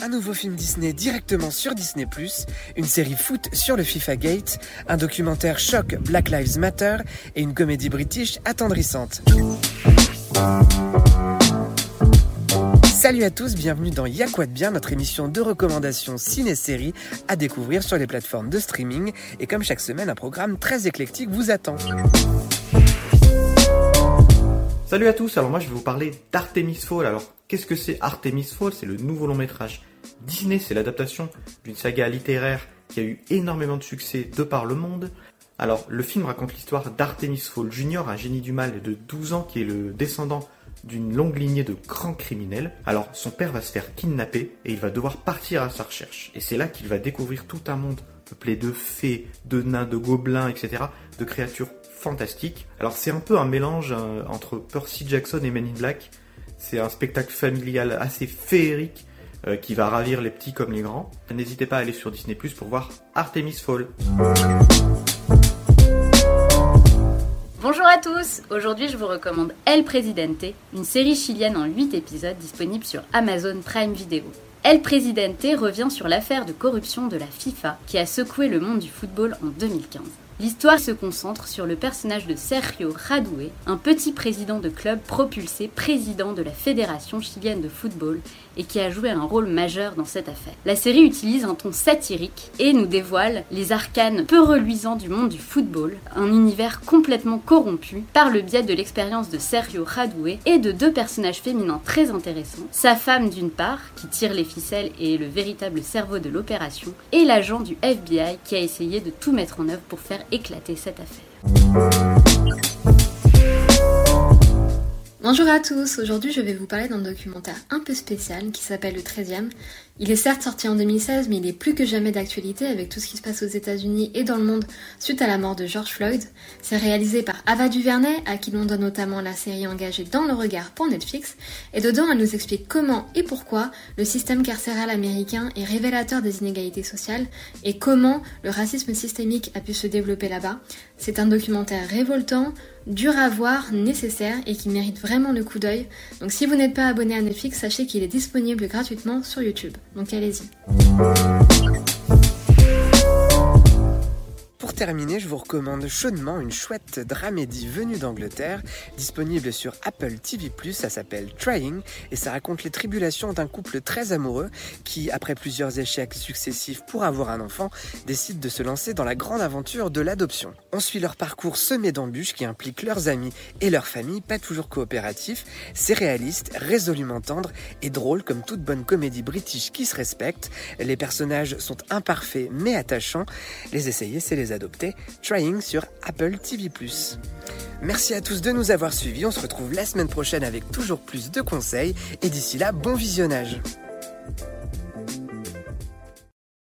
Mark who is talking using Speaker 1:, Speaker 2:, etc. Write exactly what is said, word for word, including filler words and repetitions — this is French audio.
Speaker 1: Un nouveau film Disney directement sur Disney plus, une série foot sur le FIFA Gate, un documentaire choc Black Lives Matter et une comédie british attendrissante. Salut à tous, bienvenue dans Y'a quoi de bien, notre émission de recommandations ciné-séries à découvrir sur les plateformes de streaming. Et comme chaque semaine, un programme très éclectique vous attend.
Speaker 2: Salut à tous, alors moi je vais vous parler d'Artemis Fowl. Alors qu'est-ce que c'est Artemis Fowl? C'est le nouveau long métrage Disney, c'est l'adaptation d'une saga littéraire qui a eu énormément de succès de par le monde. Alors le film raconte l'histoire d'Artemis Fowl Junior, un génie du mal de douze ans qui est le descendant d'une longue lignée de grands criminels. Alors son père va se faire kidnapper et il va devoir partir à sa recherche. Et c'est là qu'il va découvrir tout un monde peuplé de fées, de nains, de gobelins, et cetera, de créatures fantastiques. Alors c'est un peu un mélange euh, entre Percy Jackson et Men in Black. C'est un spectacle familial assez féerique euh, qui va ravir les petits comme les grands. N'hésitez pas à aller sur Disney plus pour voir Artemis Fowl.
Speaker 3: Bonjour à tous, aujourd'hui je vous recommande El Presidente, une série chilienne en huit épisodes disponible sur Amazon Prime Video. El Presidente revient sur l'affaire de corruption de la FIFA qui a secoué le monde du football en deux mille quinze. L'histoire se concentre sur le personnage de Sergio Radoué, un petit président de club propulsé président de la Fédération chilienne de football et qui a joué un rôle majeur dans cette affaire. La série utilise un ton satirique et nous dévoile les arcanes peu reluisants du monde du football, un univers complètement corrompu par le biais de l'expérience de Sergio Radoué et de deux personnages féminins très intéressants, sa femme d'une part, qui tire les ficelles et est le véritable cerveau de l'opération, et l'agent du F B I qui a essayé de tout mettre en œuvre pour faire éclater cette affaire.
Speaker 4: Bonjour à tous, aujourd'hui je vais vous parler d'un documentaire un peu spécial qui s'appelle Le treizième. Il est certes sorti en deux mille seize, mais il est plus que jamais d'actualité avec tout ce qui se passe aux États-Unis et dans le monde suite à la mort de George Floyd. C'est réalisé par Ava DuVernay, à qui l'on donne notamment la série Engagée dans le regard pour Netflix, et dedans elle nous explique comment et pourquoi le système carcéral américain est révélateur des inégalités sociales et comment le racisme systémique a pu se développer là-bas. C'est un documentaire révoltant, dur à voir, nécessaire et qui mérite vraiment le coup d'œil. Donc si vous n'êtes pas abonné à Netflix, sachez qu'il est disponible gratuitement sur YouTube. Donc allez-y.
Speaker 1: Pour terminer, je vous recommande chaudement une chouette dramédie venue d'Angleterre, disponible sur Apple T V plus, ça s'appelle Trying, et ça raconte les tribulations d'un couple très amoureux qui, après plusieurs échecs successifs pour avoir un enfant, décide de se lancer dans la grande aventure de l'adoption. On suit leur parcours semé d'embûches qui impliquent leurs amis et leurs familles, pas toujours coopératifs. C'est réaliste, résolument tendre et drôle comme toute bonne comédie british qui se respecte. Les personnages sont imparfaits mais attachants. Les essayer, c'est les adopter. Trying sur Apple T V plus. Merci à tous de nous avoir suivis. On se retrouve la semaine prochaine avec toujours plus de conseils. Et d'ici là, bon visionnage.